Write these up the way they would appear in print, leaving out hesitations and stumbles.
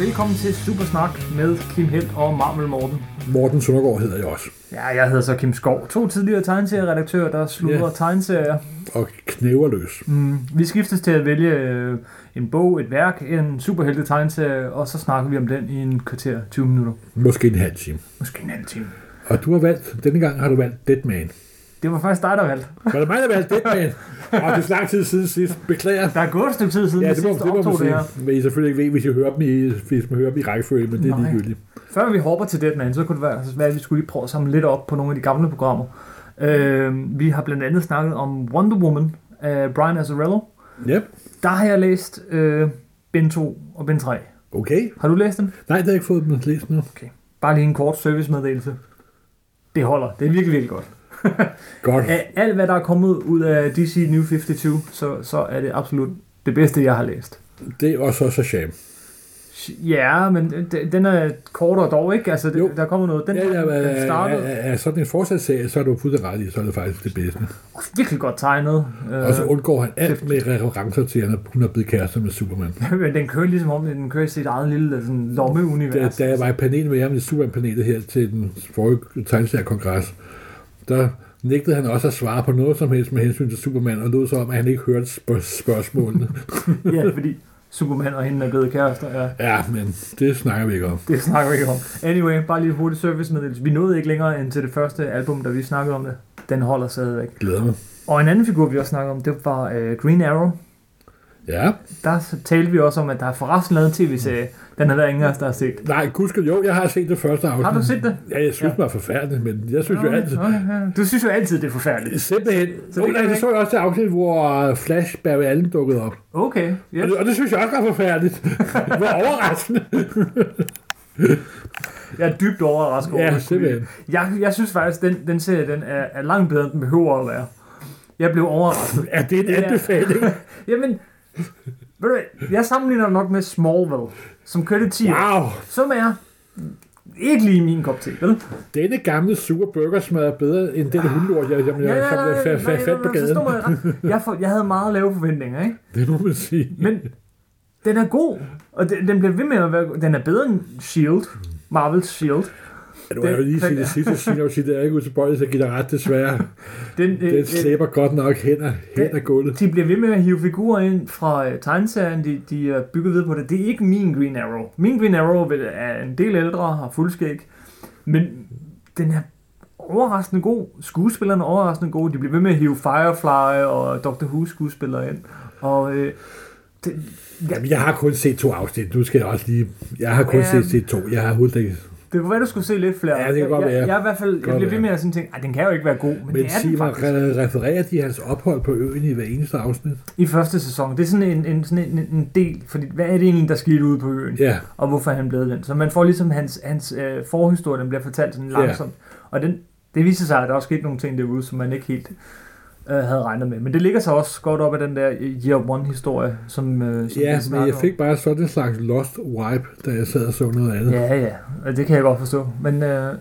velkommen til Supersnak med Kim Helt og Marvel Morten. Morten Søndergaard hedder jeg også. Ja, jeg hedder så Kim Skov. 2 tidligere tegneserieredaktører, der slutter tegneserier. Og knæver løs. Vi skiftes til at vælge en bog, et værk, en superhelte tegneserie, og så snakker vi om den i en kvarter, 20 minutter. Måske en halv time. Og du har valgt, denne gang har du valgt Deadman. Det var faktisk dig, der valgte. Var det mig, der valgte Deadman? Og det er så lang tid siden sidst. Beklager. Der er gået et stykke tid siden, det må det her. Men I selvfølgelig ikke ved, hvis I hører dem i rækkefølge, men det er ligegyldigt. Før vi hopper til Deadman, så kunne det være, at vi skulle lige prøve at samle lidt op på nogle af de gamle programmer. Vi har blandt andet snakket om Wonder Woman af Brian Azzarello. Yep. Der har jeg læst bind 2 og bind 3. Okay. Har du læst dem? Nej, det har jeg ikke fået dem læst nu. Okay. Bare lige en kort servicemeddelelse. Det holder. Det er virkelig, virkelig godt. Godt. Af alt, hvad der er kommet ud af DC New 52, så er det absolut det bedste, jeg har læst. Det er også Shazam. Ja, men den er kortere dog, ikke? Altså, der kommer noget. Den startede. Er sådan en fortsatserie, så er du fuldstændig ret i, så er det faktisk det bedste. Virkelig godt tegnet. Og så undgår han alt med referencer til, at hun er blevet kærester med Superman. Men den kører ligesom om, den kører i sit eget lille sådan, lommeunivers. Da jeg var i panel med ham i Superman-panelet her til den forrige tegneseriekongres, der nægtede han også at svare på noget som helst med hensyn til Superman, og lød så om, at han ikke hørte spørgsmålene. Ja, fordi Superman og hende er blevet kærester, ja. Ja, men det snakker vi ikke om. Anyway, bare lige hurtigt servicemeddelelse. Vi nåede ikke længere end til det første album, da vi snakkede om det. Den holder stadigvæk. Glæder mig. Og en anden figur, vi også snakkede om, det var Green Arrow. Ja. Der talte vi også om, at der er forresten lavet en tv-serie. Den er der ingen af os, der har set. Nej, jo, jeg har set det første afsnit. Har du set det? Ja, jeg synes, det var forfærdeligt, men jeg synes jo altid... Okay. Du synes jo altid, det er forfærdeligt. Simpelthen. Det så jeg også til afsnit, hvor Flash Barry Allen dukkede op. Okay. Yes. Og det synes jeg også var forfærdeligt. Det var overraskende. Jeg er dybt overrasket over det. Ja, simpelthen. Jeg synes faktisk, den serie den er langt bedre, end den behøver at være. Jeg blev overrasket. Er det en anbefaling? Jamen, ved du hvad, jeg sammenligner nok med Smallville, som kørte 10 år, som er ikke lige min kop te, vel? Denne gamle sure burgersmad er bedre end den hundlort, jeg fandt på gaden. Jeg havde meget lave forventninger, ikke? Det må man sige. Men den er god, og den bliver ved med at være. Den er bedre end S.H.I.E.L.D., Marvels S.H.I.E.L.D. Ja, du har jo lige sige det sidste, det er ikke utilbøjeligt, så giver dig ret desværre. Den slæber godt nok hen ad gulvet. De bliver ved med at hive figurer ind fra tegneserien, de er bygget videre på det. Det er ikke min Green Arrow. Min Green Arrow er en del ældre, har fuldskæg, men den er overraskende god. Skuespillerne er overraskende gode. De bliver ved med at hive Firefly og Doctor Who skuespillere ind. Og jamen, jeg har kun set 2 afsnit. Nu skal jeg også lige... Jeg har kun set 2. Jeg har overhovedet ikke... Det kunne være, du skulle se lidt flere. Ja, det kan godt være. Jeg i hvert fald, jeg bliver ved med at sådan tænke, den kan jo ikke være god, men det er den faktisk. Refererer de hans ophold på øen i hver eneste afsnit? I første sæson. Det er sådan en del, fordi hvad er det egentlig, der skete ude på øen? Ja. Og hvorfor er han blevet den? Så man får ligesom hans forhistorie, den bliver fortalt sådan langsomt. Og det viser sig, at der også skete nogle ting derude, som man ikke helt havde regnet med. Men det ligger så også godt op af den der Year One-historie, som ja, men jeg fik bare sådan en slags lost vibe, da jeg sad og så noget andet. Ja, det kan jeg godt forstå. Men der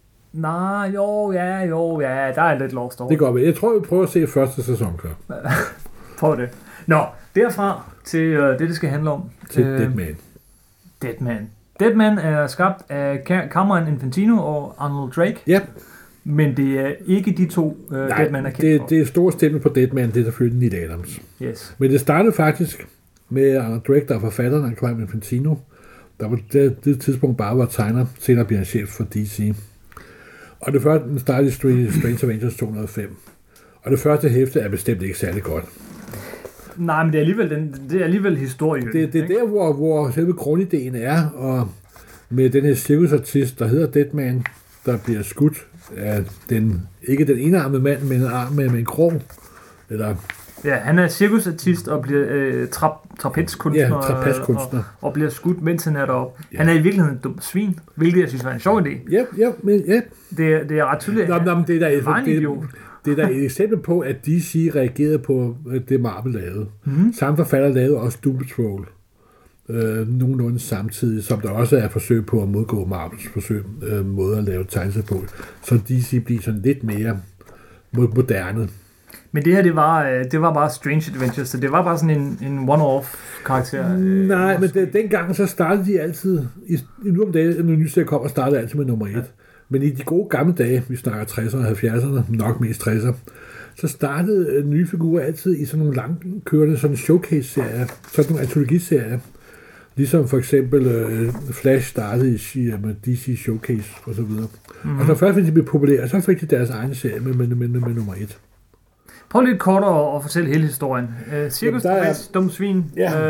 er lidt lost over. Det går med. Jeg tror, vi prøver at se første sæson så. Prøv det. Nå, derfra til det skal handle om. Til Deadman. Deadman er skabt af Cameron Infantino og Arnold Drake. Ja. Men det er ikke de 2, Deadman er kendt for. Det er store stemme på Deadman, det er selvfølgelig Neil Adams. Yes. Men det startede faktisk med Arnold Drake, der er forfatteren af Cameron Infantino, der på det tidspunkt bare var tegner, senere bliver han chef for DC. Og det første, den startede i Strange Avengers 205. Og det første hæfte er bestemt ikke særlig godt. Nej, men det er alligevel historie. Det er der, hvor selve grundideen er, og med den her cirkusartist, der hedder Deadman, der bliver skudt af ikke den enarmede mand, men en arm med en krog. Eller... Ja, han er cirkusartist og bliver trapezkunstner. Ja, trapezkunstner. Og bliver skudt, mens han er deroppe. Ja. Han er i virkeligheden et dumt svin, hvilket jeg synes var en sjov idé. Ja. Det er ret tydeligt. Det er et eksempel på, at DC reagerede på det Marvel lavede. Mm-hmm. Samme forfatter lavede også Doom Patrol. Nogenlunde samtidig, som der også er forsøg på at modgå Marvels måde at lave tegneserier på. Så DC bliver sådan lidt mere moderne. Men det her, det var bare Strange Adventures, så det var bare sådan en one-off karakter. Nej, men dengang så startede de altid, nu om dagen, når ny serie kommer, startede altid med nummer 1. Ja. Men i de gode gamle dage, vi snakker 60'erne og 70'erne, nok mest 60'erne, så startede nye figurer altid i sådan nogle langkørende sådan showcase-serier, sådan nogle antologiserier. Ligesom for eksempel Flash startede i DC Showcase og så videre. Mm-hmm. Og så først, de blev populære, så fik de deres egen serie med nummer 1. Prøv lidt kortere at fortælle hele historien. Cirkus Travis, dum svin,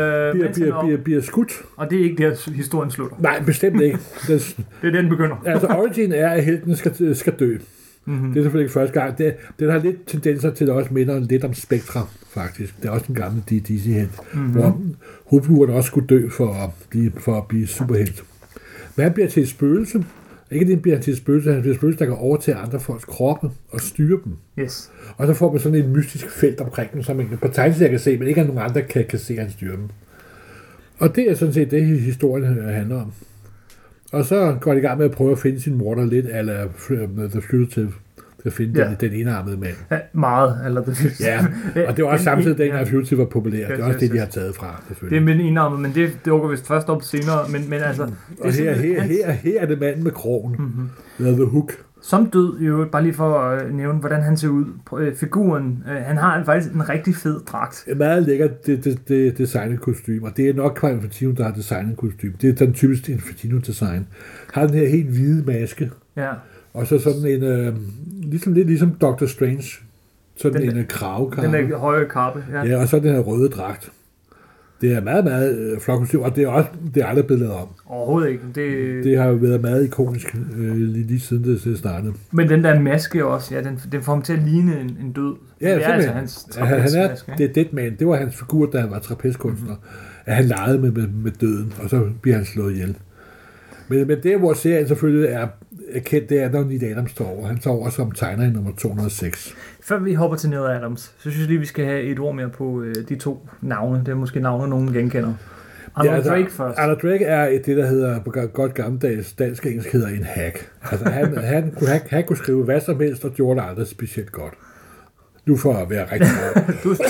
bliver skudt. Og det er ikke der, historien slutter. Nej, bestemt ikke. Det er den begynder. Altså, origin er, at helten skal dø. Mm-hmm. Det er selvfølgelig ikke første gang. Den har lidt tendenser til at også minder lidt om Spectra, faktisk. Det er også en gammel DC-helt, hvor hovedfiguren også skulle dø for at blive superhelt. Men han bliver til et spøgelse. Ikke det bliver han til et spøgelse, han bliver et spøgelse, der går over til andre folks kroppe og styre dem. Yes. Og så får man sådan et mystisk felt omkring dem, som man på tegneserier kan se, men ikke at nogen andre kan se, at han styrer dem. Og det er sådan set det, historien handler om. Og så går de i gang med at prøve at finde sin morder lidt, eller The Fugitive, til at finde den enarmede mand. Ja, meget, eller The Fugitive. Ja, og det var også samtidig, den The Fugitive var populær. Det er også det, de har taget fra, selvfølgelig. Det er med den enarmede, men det dukker vist først op senere. Men altså... Og her er det manden med krogen. The Hook. Som død, jo, bare lige for at nævne, hvordan han ser ud. Figuren, han har faktisk en rigtig fed dragt. Meget lækkert det designet kostume, og det er nok Quentin Infantino, der har designet kostume. Det er den typiske Infantino-design. Har den her helt hvide maske. Ja. Og så sådan en, lidt ligesom Doctor Strange, sådan en kragekappe. Den der høje kappe, ja. Ja, og så den her røde dragt. Det er meget, meget flot kostume, og det er aldrig blevet lavet om. Overhovedet ikke. Det har jo været meget ikonisk lige siden det startede. Men den der maske også, ja, den får ham til at ligne en død. Ja, det er altså hans trapezmaske. Det er Deadman. Det var hans figur, da han var trapezkunstner. At han legede med døden, og så bliver han slået ihjel. Men det, hvor serien selvfølgelig er kendt, det er, når Neil Adams står over. Han står over som tegner i nummer 206. Før vi hopper til Neil Adams, så synes jeg lige, vi skal have et ord mere på de to navne. Det er måske navne, nogen genkender. Arnold Drake først. Arnold Drake er det, der hedder, på godt gammeldags dansk og engelsk, hedder en hack. Altså, han kunne skrive hvad som helst, og gjorde det aldrig specielt godt. Nu for at være rigtig godt.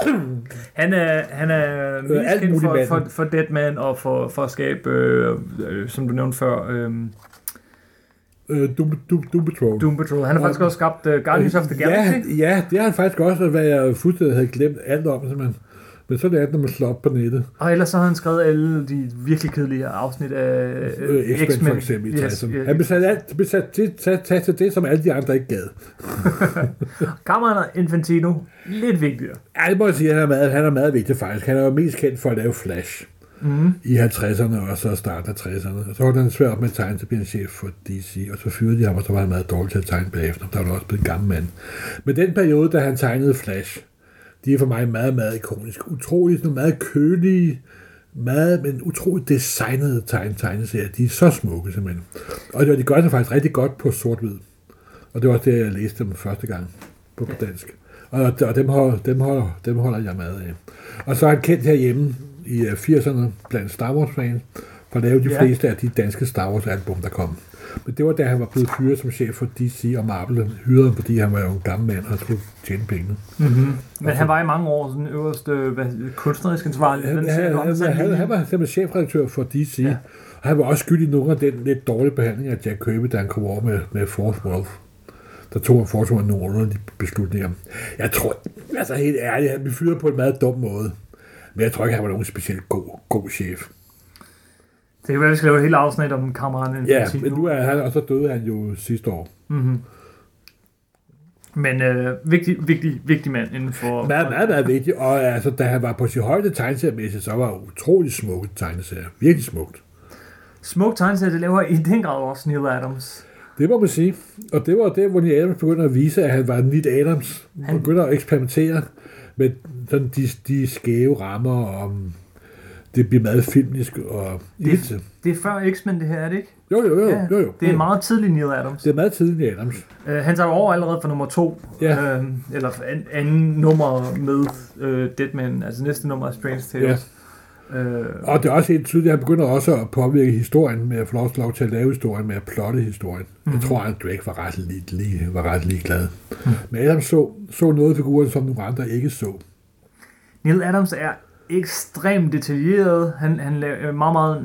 Han er mest kendt for Deadman og for at skabe, som du nævnte før, Doom Patrol. Doom Patrol. Han har faktisk også skabt Guardians of the Galaxy. Ja, det har han faktisk også, hvad jeg fuldstændig havde glemt alt om, simpelthen. Men så er det, når man slår op på nettet. Og ellers så har han skrevet alle de virkelig kedelige afsnit af X-Men for eksempel. Yes. Han blev sat til det, som alle de andre ikke gad. Cameron Infantino, lidt vigtigere. Ja, det må jeg sige, han er meget vigtig faktisk. Han er jo mest kendt for at lave Flash i 50'erne og så starten af 60'erne. Og så var han svært op med at tegne til at blive en chef for DC, og så fyrede de ham, og så var han meget dårlig til at tegne bagefter. Der var også blevet en gammel mand. Men den periode, da han tegnede Flash, de er for mig meget, meget ikonisk. Utroligt, meget kølige, men utroligt designede tegneserier. De er så smukke, simpelthen. Og de gør det faktisk rigtig godt på sort-hvid. Og det var også det, jeg læste dem første gang på dansk. Og dem holder jeg meget af. Og så er han kendt herhjemme i 80'erne blandt Star Wars-fans, for at lave de fleste af de danske Star Wars-album, der kom. Men det var da han var blevet fyret som chef for DC og Marvel, hyrede fordi han var jo en gammel mand og skulle tjene penge. Mm-hmm. Men han var i mange år den øverste kunstnerisk ansvarlig. Han var simpelthen chefredaktør for DC, og han var også skyldig i nogle af den lidt dårlige behandling af Jack Kirby, da han kom over med Force World. Der foretog nogle underlige beslutninger. Jeg tror, altså helt ærligt, han blev fyret på en meget dum måde. Men jeg tror ikke, han var nogen specielt god chef. Det kan være, vi skal lave et helt afsnit om Cameron Infantino. Ja, men nu er han, og så døde han jo sidste år. Mm-hmm. Men vigtig mand inden for... Meget vigtig, og altså, da han var på sin højde tegneseriemæssigt, så var utroligt smukt tegneserier. Virkelig smukt. Smukt tegneserier, det laver i den grad også Neil Adams. Det må man sige. Og det var det, hvor Neil Adams begyndte at vise, at han var Neil Adams. Han begyndte at eksperimentere med sådan de skæve rammer, og det bliver meget filmisk. Og det er før X-Men, det her, er det ikke? Jo. Det er meget tidlig Neil Adams. Det er meget tidlig Neil Adams. Han tager over allerede for nummer 2. Ja. Eller anden nummer med Deadman, altså næste nummer af Strange Tales. Og det er også helt tydeligt, at han begynder også at påvirke historien med at få lov til at lave historien, med at plotte historien. Jeg tror, at Drake var ret ligeglad. Men Adams så noget af figuren, som nogle andre ikke så. Neil Adams er ekstremt detaljeret. Han laver meget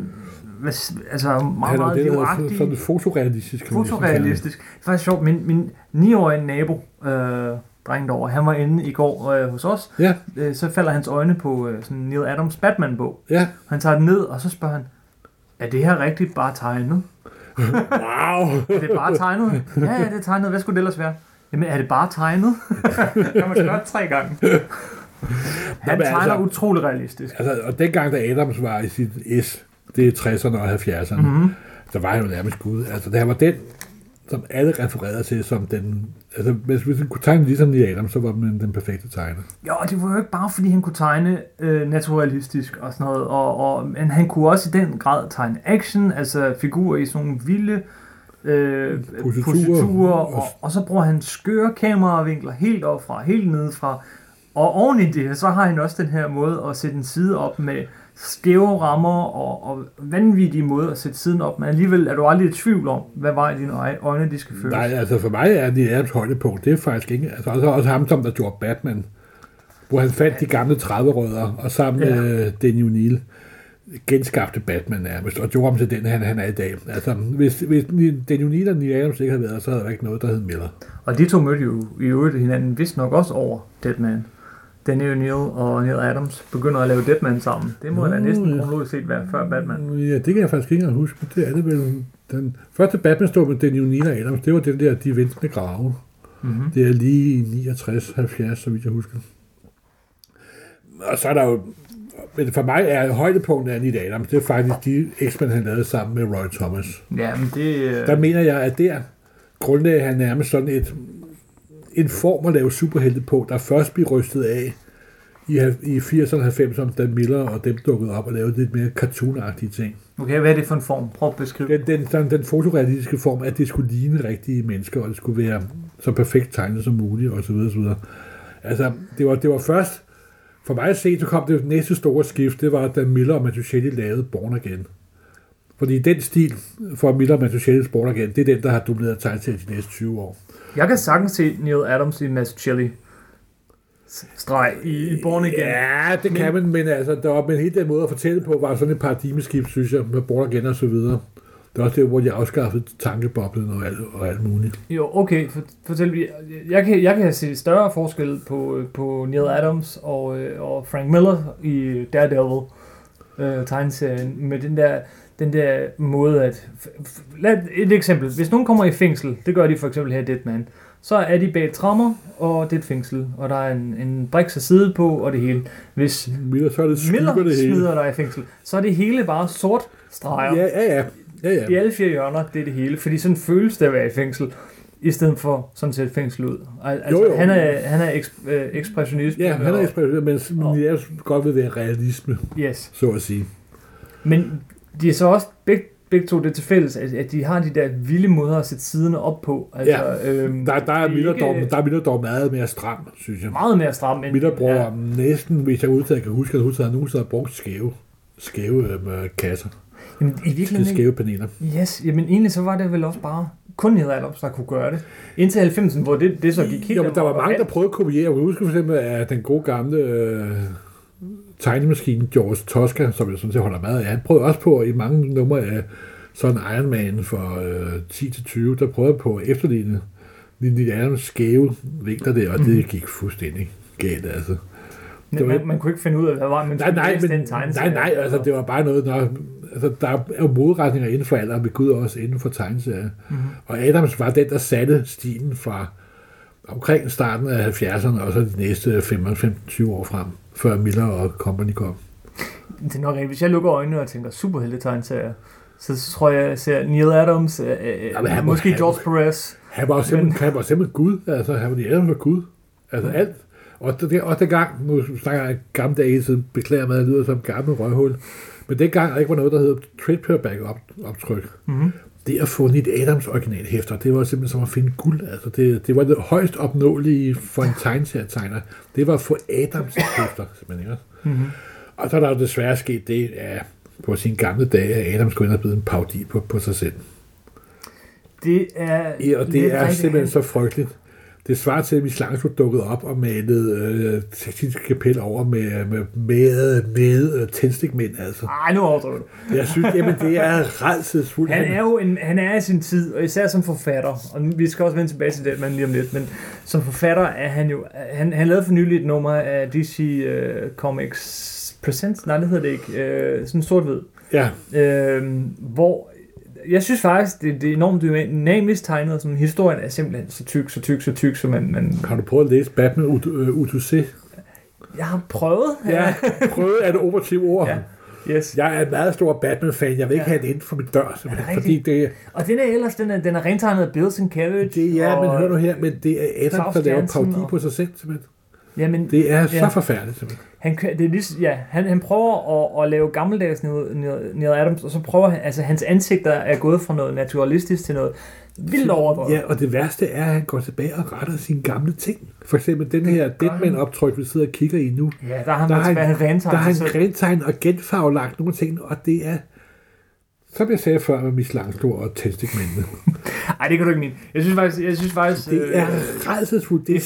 livagtig. Sådan fotorealistisk. Fotorealistisk. Det er faktisk sjovt. Min 9-årige nabo, drengen derovre, han var inde i går hos os. Ja. Så falder hans øjne på sådan Neil Adams Batman-bog. Ja. Han tager den ned, og så spørger han, er det her rigtigt bare tegnet? Wow! Er det bare tegnet? Ja, det er tegnet. Hvad skulle det ellers være? Jamen, er det bare tegnet? Kan man spørge 3 gange. Han tegner utrolig realistisk. Altså, og dengang, da Adams var i sit S, det er 60'erne og 70'erne, så var han jo nærmest Gud. Altså, det her var den, som alle refererede til som den... Altså, hvis han kunne tegne ligesom Neil Adams, så var man den perfekte tegner. Jo, og det var jo ikke bare, fordi han kunne tegne naturalistisk og sådan noget, men han kunne også i den grad tegne action, altså figurer i sådan nogle vilde positurer, og så bruger han skøre kameravinkler helt opfra, helt nedefra. Og oven i det, så har han også den her måde at sætte en side op med skæve rammer og vanvittige måder at sætte siden op, men alligevel er du aldrig i tvivl om, hvad vej dine øjne de skal føles. Nej, altså for mig er det Adams højdepunkt, det er faktisk ikke, altså også ham, som der gjorde Batman, hvor han fandt de gamle 30-rødder, og sammen med Denny O'Neil genskabte Batman nærmest, og gjorde ham til den, han er i dag. Altså, hvis Denny O'Neil og Neil Adams ikke havde været, så havde der ikke noget, der hed Miller. Og de to mødte jo i øvrigt hinanden, vist nok også over Deadman. Denny O'Neil og Neil Adams begynder at lave Deadman sammen. Det må da næsten kronologisk set være før Batman. Ja, det kan jeg faktisk ikke huske. Det er det vel. Den første Batman stod med Denny O'Neil og Adams. Det var den der, de ventende grave. Mm-hmm. Det er lige i 69-70, så vidt jeg husker. Og så er der jo... Men for mig er højdepunktet af Neil Adams, det er faktisk de X-Men, han lavede sammen med Roy Thomas. Ja, men det... Der mener jeg, at der grundlagde han nærmest sådan en form at lave superhelte på, der først blev rystet af i 80'erne og 90'erne, da Miller og dem dukkede op og lavede lidt mere cartoonagtige ting. Okay, hvad er det for en form? Prøv at beskrive. Den fotorealistiske form, at det skulle ligne rigtige mennesker, og det skulle være så perfekt tegnet som muligt, osv. osv. Altså, det var først, for mig at se, så kom det næste store skift, det var, da Miller og Mazzucchelli lavede Born Again. Fordi den stil for Miller og Mazzucchellis Born Again, det er den, der har domineret tegnet de næste 20 år. Jeg kan sagtens se Neil Adams i Mazzucchelli streg i Born Again. Ja, det kan man, men altså, men hele den måde at fortælle på, var sådan et paradigmeskift, synes jeg, med Born Again og så videre. Det er også det, hvor de afskaffede tankeboblen og alt muligt. Jo, okay, fortæl. Jeg kan se større forskel på Neil Adams og Frank Miller i Daredevil tegneserien med den der måde at... Lad et eksempel. Hvis nogen kommer i fængsel, det gør de for eksempel her i Deadman, så er de bag trammer, og det er et fængsel, og der er en briks at sidde på, og det hele. Hvis Miller smider dig i fængsel, så er det hele bare sort streger. Ja. I alle 4 hjørner, det er det hele, fordi sådan føles det at være i fængsel, i stedet for sådan set fængsel ud. Altså, jo. Han er ekspressionist. Ja, han er ekspressionist, men jeg godt vil være realisme, så at sige. Men de er så også begge to det til fælles, at de har de der vilde måder at sætte siderne op på. Altså, der er Miller dog meget mere stram, synes jeg. Meget mere stram. Miller bruger næsten, hvis jeg udtaget kan huske, at han nogensinde har brugt skæve kasser. Jamen, i virkeligheden... skæve paneler. Yes, jamen egentlig så var det vel også bare kun Neil Adams, der kunne gøre det. Indtil 90'erne, hvor det så gik helt... Jo, men der var mange, der prøvede at kopiere. Jeg husker for eksempel, at den gode gamle tegnemaskine George Tosca, som jeg sådan set holder meget af, han prøvede også på i mange numre af sådan Iron Man for 10-20, der prøvede på at efterligne Neil Adams skæve vinkler der, og det gik fuldstændig galt, altså. Man kunne ikke finde ud af, hvad var, men nej, altså det var bare noget, altså der er jo modretninger inden for alder, med Gud også inden for tegneserier. Mm-hmm. Og Adams var den, der satte stilen fra omkring starten af 70'erne, og så de næste 15-20 år frem, før Miller og Company kom. Det er nok rigtigt. Hvis jeg lukker øjnene og tænker superhelte-tegneserier, så tror jeg ser Neil Adams, måske George Perez. Han var simpelthen Gud, altså han var de Adams var Gud, altså alt. Og dengang, nu snakker jeg gamle dage siden, beklager mig, at det lyder som gammel røghul, men dengang der ikke var noget, der hedder trade paperback optryk. Mm-hmm. Det at få Neil Adams originalhæfter, det var simpelthen som at finde guld. Altså det var det højst opnåelige for en tegneserietegner. Det var at få Adams hæfter, simpelthen. Mm-hmm. Og så er der jo desværre sket det, at på sine gamle dage, at Adams skulle ind og blive en parodi på sig selv. Det er... Ja, og det er simpelthen så frygteligt. Det svarer til, at Miss Langsted dukkede op og malede Tekniske Kapel over med tændstikmænd, altså. Ej, nu overdriver du. Jeg synes, jamen, det er rædselsfuldt. Han er i sin tid, og især som forfatter, og vi skal også vende tilbage til det, men lige om lidt, men som forfatter er han jo, han lavede for nylig et nummer af DC Comics Presents, nej, det hedder det ikke, sådan sort-hvid. Ja. Hvor jeg synes faktisk, det er enormt dynamisk tegnet, som historien er simpelthen så tyk, så man... Har du prøvet at læse Batman Odyssey? Jeg har prøvet. Ja, prøvet er det operative ord. Ja. Yes. Jeg er en meget stor Batman-fan. Jeg vil ikke have det inden for min dør, simpelthen. Fordi det, og den er ellers, den er rentegnet af Bills and Carriage. Det, ja, men hør nu her, men det er Adam, der laver parodi på sig selv, simpelthen. Jamen, det er så forfærdeligt, simpelthen. Han prøver at lave gammeldags Neil Adams, og så prøver han, altså hans ansigter er gået fra noget naturalistisk til noget vildt overdrevet. Ja, og det værste er, at han går tilbage og retter sine gamle ting. For eksempel den her Deadman-optryk, vi sidder og kigger i nu. Ja, der har han rentegnet og genfarvelagt nogle ting, og det er, som jeg sagde før med Miss Langsted og tændstikmændene. Ej, det kan du ikke mene. Jeg synes faktisk det er rædselsfuldt. Det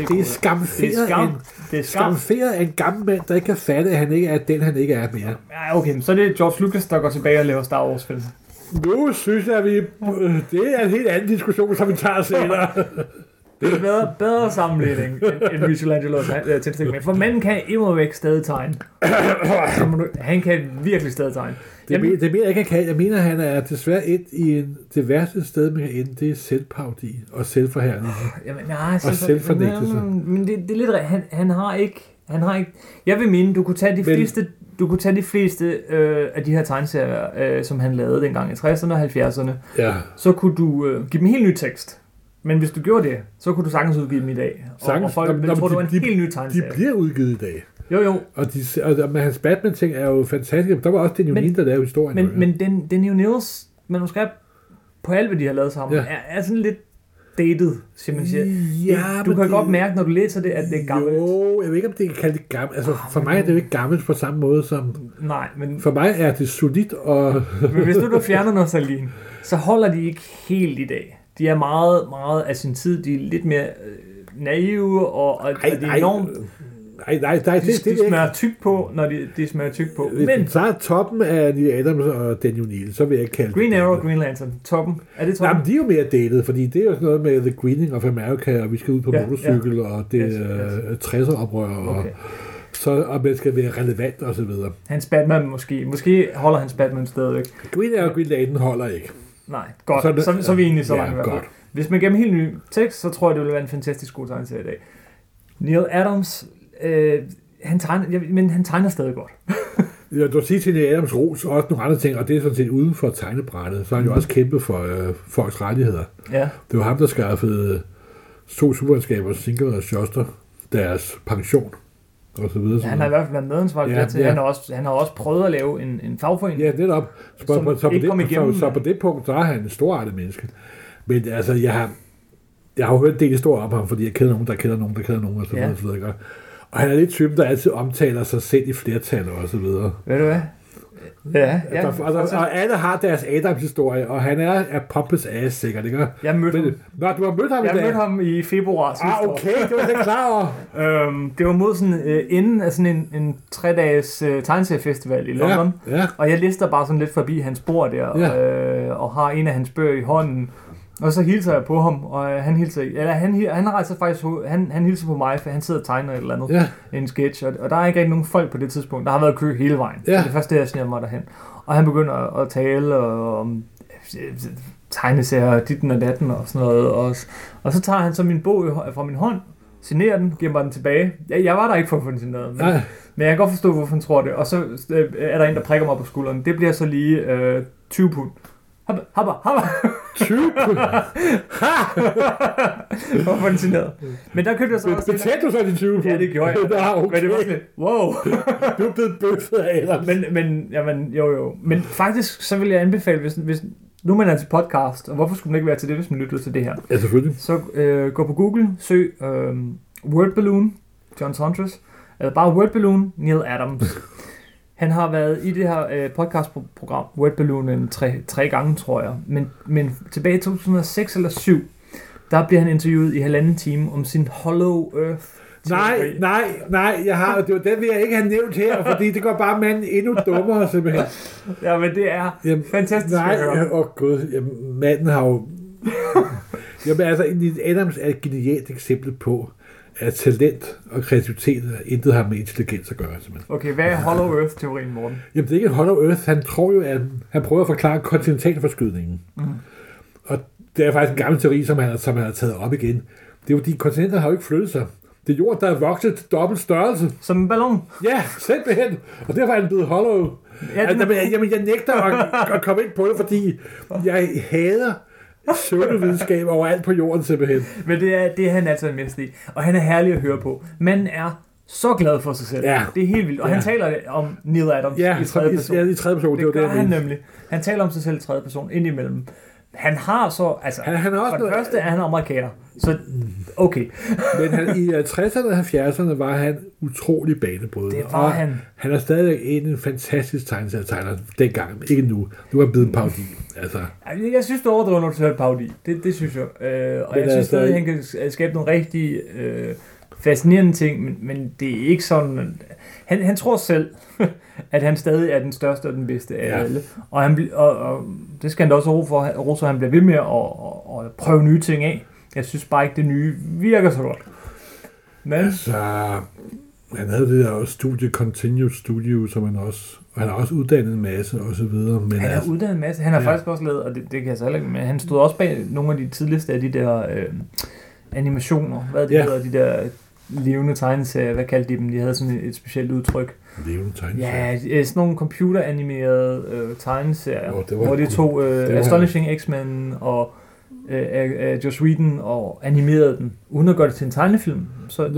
er skamferet af en gammel mand, der ikke kan fatte, at han ikke er den, han ikke er mere. Ja, okay, så er det George Lucas, der går tilbage og laver Star Wars-film. Nu synes jeg, det er en helt anden diskussion, som vi tager senere. Det er bedre sammenligning end Michelangelos tændstikmænd. For manden kan imodvæk stadig tegne. Han kan virkelig stadig tegne. Det mener jeg ikke, jeg mener, han er desværre det værste sted, man kan ende, det er selvparodi og selvforherligelse. Og selvfornægtelse. Men det er lidt han har ikke... Jeg vil mene, du kunne tage de fleste af de her tegneserier, som han lavede dengang i 60'erne og 70'erne. Ja. Så kunne du give dem en helt ny tekst. Men hvis du gjorde det, så kunne du sagtens udgive dem i dag. Og folk tror, det var en helt ny tegneserie. De bliver udgivet i dag. Jo. Og med hans Batman-ting er jo fantastisk. Der var også Daniel O'Neill, der lavede historien. Men Daniel O'Neills manuskript på alt, hvad de har lavet sammen, er sådan lidt dated, simpelthen. Ja, du kan godt mærke, når du læser det, at det er gammelt. Jo, jeg ved ikke, om det kan kalde det gammelt. Altså, for mig er det jo ikke gammelt på samme måde som... Nej, men... For mig er det solidt og... Men hvis du fjerner nostalgien, så holder de ikke helt i dag. De er meget, meget af sin tid. De er lidt mere naive, og de er enormt... Nej, de smager tyk på, når de smager tyk på. Men så er toppen af Neil Adams og Daniel O'Neill, så vil jeg ikke kalde Green Arrow og Green Lantern. Toppen. Er det toppen? Nej, men de er jo mere dated, fordi det er jo sådan noget med The Greening of America, og vi skal ud på motorcykel, og det er 60'er-oprør, og man skal være relevant, og så videre. Hans Batman måske holder hans Batman stadigvæk. Green Arrow og Green Lantern holder ikke. Nej, godt. Så er vi egentlig så langt. Godt. Hvis man gennem helt ny tekst, så tror jeg, det vil være en fantastisk god tegneserie i dag. Neil Adams... han tegner stadig godt. Jeg vil sige til Neil Adams ros også nogle andre ting, og det er sådan set uden for tegnebrættet, så har han jo også kæmpet for folks rettigheder. Ja. Det var ham, der skaffede 2 superskaber, Singer og Schuster, deres pension. Og så videre, han har i hvert fald været medansvarlig til. Han har også prøvet at lave en fagforening. Ja, netop. Så på det punkt, så er han en storartet menneske. Men altså, jeg har jo hørt en del historier om ham, fordi jeg kender nogen, der kender nogen, og så videre, så videre. Og han er lidt typen, der altid omtaler sig selv i flertal og så videre. Ved du hvad? Ja. Og alle har deres Adams-historie, og han er pompous ass, sikkert, ikke? Jeg mødte ham. Nå, du har mødt ham i dag? Jeg mødte ham i februar sidste år. Okay, det var jeg klar over. Det var mod sådan, inden af sådan en 3-dages tegneseriefestival i London, og jeg lister bare sådan lidt forbi hans bord der, og har en af hans bøger i hånden. Og så hilser jeg på ham, og han rejser faktisk, han hilser på mig, for han sidder og tegner et eller andet, en sketch, og der er ikke rigtig nogen folk på det tidspunkt. Der har været kø hele vejen. Det er først det, jeg sniger mig derhen. Og han begynder at tale om tegneserier, ditten og datten og sådan noget. Og så tager han så min bog fra min hånd, signerer den, giver mig den tilbage. Jeg var der ikke for at få den signeret, men jeg kan godt forstå, hvorfor han tror det. Og så er der en, der prikker mig på skulderen. Det bliver så lige 20 pund. Habba. 20 pund? Hvorfor den signeret? Men der købte jeg så også... Betalte du så de 20 pund? Ja, det gjorde jeg. Okay. Men det var sådan, wow. Du er blevet bøffet af dig. Men jo. Men faktisk, så vil jeg anbefale, hvis nu man er til podcast, og hvorfor skulle man ikke være til det, hvis man lytter til det her? Ja, selvfølgelig. Så gå på Google, søg Word Balloon, John Saunders, eller bare Word Balloon, Neil Adams. Han har været i det her podcastprogram, Wet Balloon, tre gange, tror jeg. Men tilbage i 2006 eller 7, der bliver han interviewet i 1,5 time om sin Hollow Earth. Nej, jeg har, det var den, vil jeg ikke have nævnt her, fordi det går bare manden endnu dummere, simpelthen. Ja, men det er fantastisk. Gud, manden har jo... Jamen altså, Adams er et genialt eksempel på, at talent og kreativitet intet har med intelligens at gøre, simpelthen. Okay, hvad er Hollow Earth-teorien, Morten? Jamen, det er ikke en Hollow Earth. Han tror jo, at han prøver at forklare kontinentalforskydningen. Og det er faktisk en gammel teori, som han har taget op igen. Det er jo, de kontinenter har jo ikke flyttet sig. Det er jorden, der er vokset til dobbelt størrelse. Som en ballon? Ja, simpelthen. Og derfor er den blevet hollow. Ja, jamen, jeg nægter at komme ind på det, fordi jeg hader pseudovidenskab overalt på jorden, simpelthen. Men det er han altså en mester i. Og han er herlig at høre på. Manden er så glad for sig selv. Ja. Det er helt vildt. Og han taler om Neil Adams i tredje person. Ja, i tredje person. Det gør han nemlig. Han taler om sig selv i tredje person indimellem. Han har så... Altså, han også for det første er han amerikaner. Så okay. Men i 60'erne og 70'erne var han utrolig banebrydende. Det var han. Han er stadig en fantastisk tegner dengang. Ikke nu. Nu er han blevet en parodi. Altså. Jeg synes, du overdriver, når du siger parodi. Det synes jeg. Og jeg synes stadig, han kan skabe nogle rigtig fascinerende ting, men det er ikke sådan... Han tror selv, at han stadig er den største og den bedste af alle. Og det skal han da også rose for, han bliver ved med at prøve nye ting af. Jeg synes bare ikke, det nye virker så godt. Men... Altså, han havde det der studie, Continuous Studio, som han også... Og han har også uddannet en masse, og så videre. Men han har uddannet en masse. Han har faktisk også lavet, og det kan jeg så heller ikke, men han stod også bag nogle af de tidligste af de der animationer. Hvad det hedder, de der levende tegneserier. Hvad kaldte de dem? De havde sådan et specielt udtryk. Levende tegneserier? Ja, sådan nogle computeranimerede tegneserier, hvor de tog Astonishing X-Men og Joss Whedon og animerede den, uden at gøre det til en tegnefilm. Så det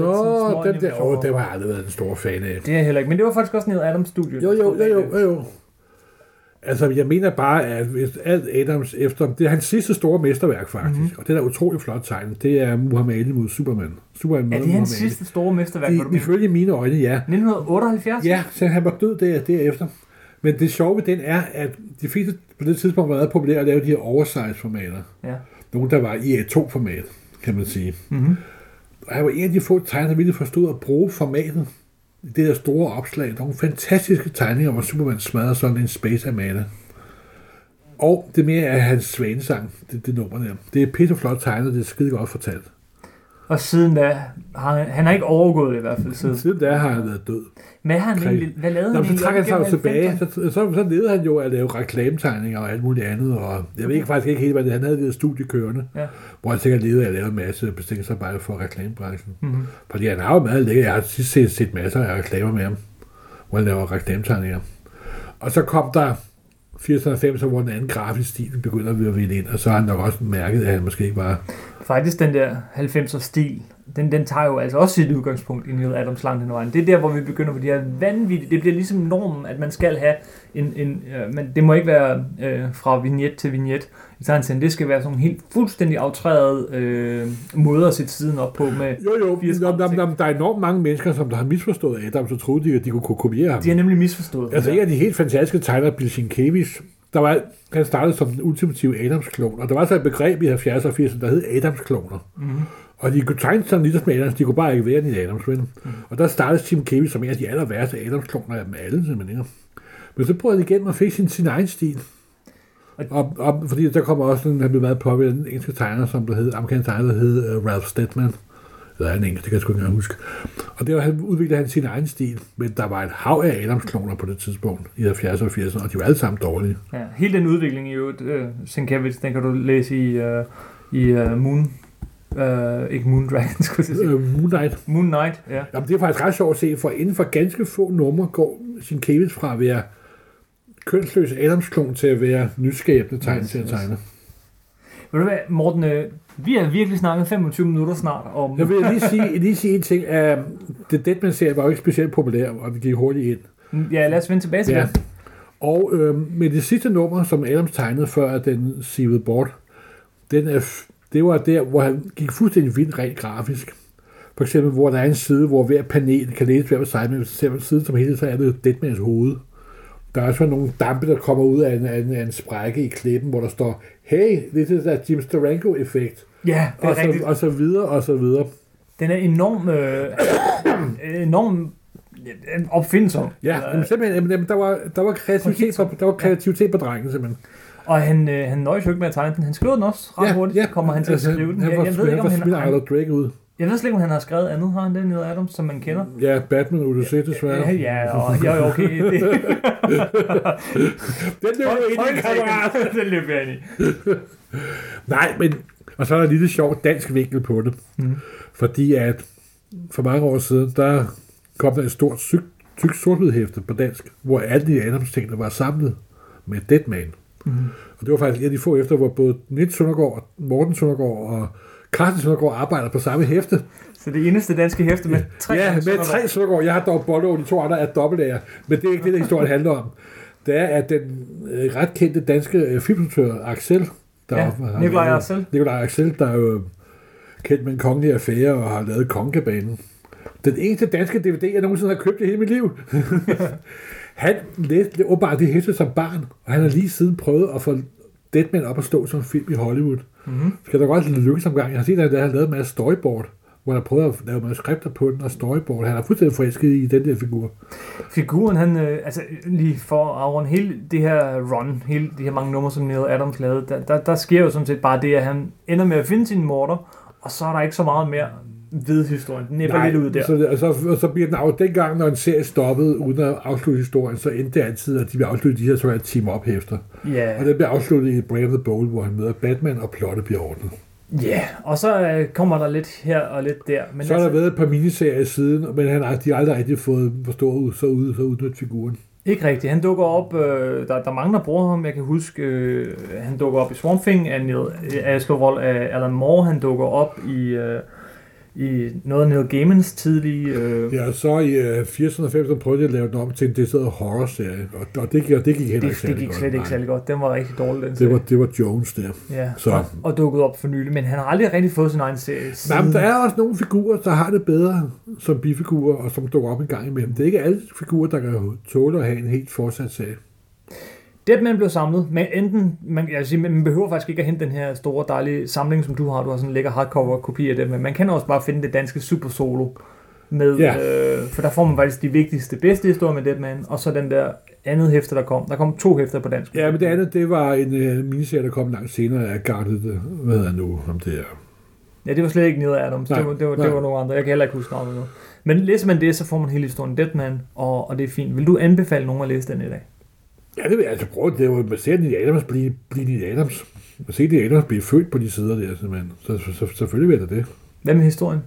var jeg aldrig været en stor fan af. Det er heller ikke, men det var faktisk også Neil Adams studie. Jo. Altså, jeg mener bare, at hvis alt Adams efter... Det er hans sidste store mesterværk, faktisk. Og det er utroligt flot tegn. Det er Muhammad Ali mod Superman. Er det hans sidste store mesterværk? Ifølge mine øjne, ja. 1978? Ja, så han var død derefter. Men det sjove ved den er, at de fleste på det tidspunkt var meget populære at lave de her oversize-formater. Ja. Nogle, der var i A2-format, kan man sige. Og han var en af de få tegner, der ville forstod at bruge formatet. Det der store opslag. Nogle fantastiske tegninger, hvor Superman smadrer sådan en Space Armada. Og det mere er hans svanesang, det nummer der. Det er pisseflot tegnet, det er skide godt fortalt. Og siden da, han har ikke overgået det i hvert fald. Siden da har han været død. Men hvad lavede han? Så trækker han sig tilbage. Så levede han jo at lave reklametegninger og alt muligt andet. Og jeg ved faktisk ikke helt, hvad det han havde det studie kørende. Ja. Hvor han sikkert levede af at lave en masse bestillingsarbejde for reklamebranchen. Fordi han har jo meget lækker. Jeg har sidst set masser af reklamer med ham, hvor han laver reklametegninger. Og så kom der 80'erne, hvor den anden grafisk stil begynder at vinde ind, og så har han nok også mærket, at han måske ikke var... Faktisk den der 90'er stil, den tager jo altså også sit udgangspunkt i Neil Adams langt hen ad vejen. Det er der, hvor vi begynder på de her vanvittige... Det bliver ligesom normen, at man skal have men det må ikke være fra vignet til vignet. Det skal være sådan en helt fuldstændig aftrædet måde at sætte siden op på med... Jo, der er enormt mange mennesker, som der har misforstået Adams, og troede, at de kunne kopiere ham. De har nemlig misforstået. Altså en af de helt fantastiske tegnere, Bill Sienkiewicz, han startede som den ultimative Adams-klon, og der var så et begreb i 70'erne og 80'erne, der hed Adams-kloner. Og de kunne tegne sådan lidt som Adams, de kunne bare ikke være en Adams, ven. Og der startede Sienkiewicz som en af de aller værste Adams-kloner af dem alle, simpelthen. Men så prøvede de igen at fik sin egen stil. Og fordi der kommer også han blev meget påvirket af den engelske tegner, som der hed, amerikansk tegner, der hed Ralph Steadman. Eller en engelsk, det kan jeg sgu ikke huske. Og det var, han udviklede sin egen stil, men der var et hav af Adams-kloner på det tidspunkt, i 70'erne og 80'erne, og de var alle sammen dårlige. Ja, hele den udvikling i Sienkiewicz, den kan du læse i Moon... ikke Moondragon, skulle jeg sige. Moon Knight, ja. Jamen, det er faktisk ret sjovt at se, for inden for ganske få numre går Sienkiewicz fra at være kønsløs Adams-klon til at være nyskabende tegner. Ved du hvad, Morten, vi har virkelig snakket 25 minutter snart om... Jeg vil lige sige en ting. Det Deadman-serie var jo ikke specielt populær, og vi gik hurtigt ind. Ja, lad os vende tilbage til det. Og med det sidste nummer, som Adams tegnede før, at den sivede bort, det var der, hvor han gik fuldstændig vildt rent grafisk. For eksempel, hvor der er en side, hvor hver panel kan læse hver for sig, men hvis man side som hele, så er det Deadmans hoved. Der er også nogle dampe, der kommer ud af en sprække i klippen, hvor der står, hey, this is a Jim Steranko-effekt. Ja, det er rigtigt. Og så videre, og så videre. Den er enorm opfindsom. Ja, men simpelthen, der var kreativitet på drengen, simpelthen. Og han nøjes jo ikke med at tegne den. Han skriver den også ret hurtigt, så kommer han til at skrive den. Jeg ved ikke, om han har skrevet andet, har han det, Neil Adams, som man kender? Ja, Batman Odyssey, desværre. Ja, okay. Den løber jeg ind i. Nej, men... Og så er der en lille sjov dansk vinkel på det. Fordi at for mange år siden, der kom der et stort tyk sort-hvid-hæfte på dansk, hvor alle de Adams-tingene var samlet med Deadman. Og det var faktisk et af de få efter, hvor både Nils Søndergaard, Morten Søndergaard og Carsten Søndergaard arbejder på samme hæfte. Så det eneste danske hæfte med 3 tre Søndergaard. Jeg har dog bollet over, de 2 andre er dobbeltærer. Men det er ikke det, der historien handler om. Det er, at den ret kendte danske filminstruktør Axel, Nikolaj Axel, der er jo kendt med en kongelig affære og har lavet Kongebanen. Den eneste danske DVD, jeg nogensinde har købt i hele mit liv. Han læste åbenbart det hæfte som barn, og han har lige siden prøvet at få Deadman op at stå som film i Hollywood. Skal der godt lykkes omgang. Jeg har set, at han har lavet en masse storyboard, hvor han har prøvet at lave manuskripter på den og storyboard. Han er fuldstændig forelsket i den der figur. Figuren, han, lige for at runde hele det her run, hele de her mange numre, som Neil Adams lavede, der sker jo sådan set bare det, at han ender med at finde sin morder, og så er der ikke så meget mere ved historien. Den er lidt ud der. Så bliver den dengang, når en serie stoppede uden at afslutte historien, så endte det altid, at de vil afslutte de her såkaldte team-up-hæfter. Yeah. Og det bliver afsluttet i Brave the Bold, hvor han møder Batman, og plottet bliver ordnet. Ja, og så kommer der lidt her og lidt der. Men så har der været et par miniserier siden, men de har aldrig rigtig fået forstået så udnyttet figuren. Ikke rigtigt. Han dukker op, der er mange, der bruger ham. Jeg kan huske, han dukker op i Swamp Thing af Alan Moore. Han dukker op i noget af Neil Gaimans tidlige... Ja, så i 80'erne og 90'erne prøvede jeg at lave den om til en decideret horror-serie, og det gik heller ikke særlig godt. Det gik slet ikke særlig godt. Den var rigtig dårlig, den serie. Det var Jones der. Ja, så. Og dukket op for nylig, men han har aldrig rigtig fået sin egen serie. Nej, men der er også nogle figurer, der har det bedre som bifigurer, og som dukker op en gang imellem. Det er ikke alle figurer, der kan tåle at have en helt fortsat serie. Deadman blev samlet, men man behøver faktisk ikke at hente den her store, dejlige samling, som du har. Du har sådan en lækker hardcover-kopi af Deadman. Man kan også bare finde det danske Super Solo med, for der får man faktisk de vigtigste, bedste historier med Deadman, og så den der andet hæfte, der kom. Der kom 2 hæfter på dansk. Ja, men det andet, det var en miniserie, der kom langt senere af Guarded, hvad hedder nu, om det er... Ja, det var slet ikke Neil Adams. Det var nogle andre. Jeg kan heller ikke huske navnet nu. Men læser man det, så får man hele historien Deadman, og det er fint. Vil du anbefale nogen at læse den i dag? Ja, det vil jeg altså prøve. Det er jo, man ser Neil Adams blive Neil Adams. Man ser Neil Adams blive født på de sider der, simpelthen. Så selvfølgelig vil det. Hvad med historien?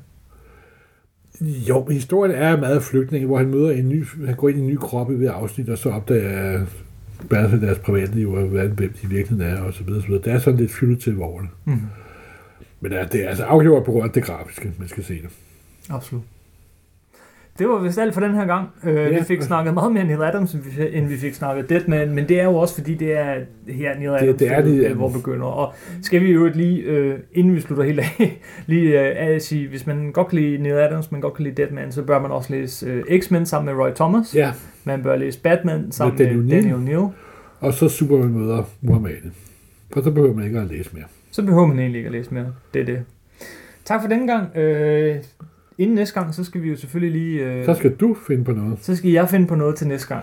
Jo, men historien er meget flygtning, hvor han møder han går ind i en ny krop i hver afsnit, og så opdager bare deres privatliv, og hvem de virkelig er, og så videre, så videre. Det er sådan lidt fyldet over det. Men det er altså afgjort på grund af det grafiske, man skal se det. Absolut. Det var vist alt for den her gang. Vi fik snakket meget mere Neil Adams, end vi fik snakket Deadman, men det er jo også fordi, det er her Neil Adams, hvor begynder. Og skal vi jo lige, inden vi slutter helt af, lige sige, hvis man godt kan lide Neil Adams, man godt kan lide Deadman, så bør man også læse X-Men sammen med Roy Thomas. Ja. Man bør læse Batman sammen med Daniel O'Neill. Og så Superman møder Muhammad. Og så behøver man ikke at læse mere. Så behøver man egentlig ikke at læse mere. Det er det. Tak for denne gang. Inden næste gang, så skal vi jo selvfølgelig lige... Så skal du finde på noget. Så skal jeg finde på noget til næste gang.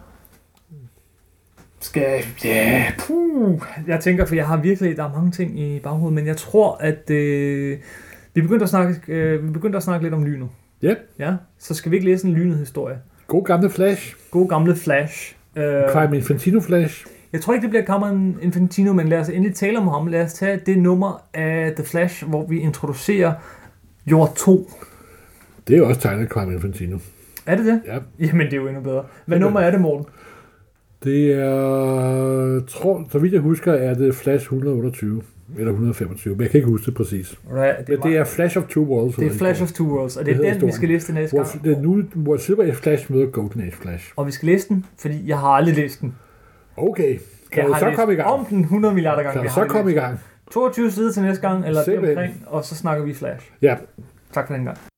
Jeg tænker, for jeg har virkelig... Der er mange ting i baghovedet, men jeg tror, at... Vi begyndte at snakke lidt om lynet. Ja. Ja. Så skal vi ikke læse en lynet-historie. God gamle Flash. Crime Infantino Flash. Jeg tror ikke, det bliver Carmine Infantino, men lad os endelig tale om ham. Lad os tage det nummer af The Flash, hvor vi introducerer Jord 2. Det er jo også tegnet Crime Infantino. Er det det? Ja. Jamen, det er jo endnu bedre. Hvad nummer er det, Morten? Det er, så vidt jeg husker, er det Flash 128 eller 125, men jeg kan ikke huske det præcis. Det er Flash of Two Worlds. Det er Flash of Two Worlds, og det er den, vi skal læse det næste gang. Det er nu, hvor Silver Age Flash møder Golden Age Flash. Og vi skal læse den, fordi jeg har aldrig læst den. Okay, kan du så komme i gang? Om den 100 milliarder gange. Kan du så komme i gang? 22 sider til næste gang, eller det omkring, og så snakker vi Flash. Ja. Tak for den gang.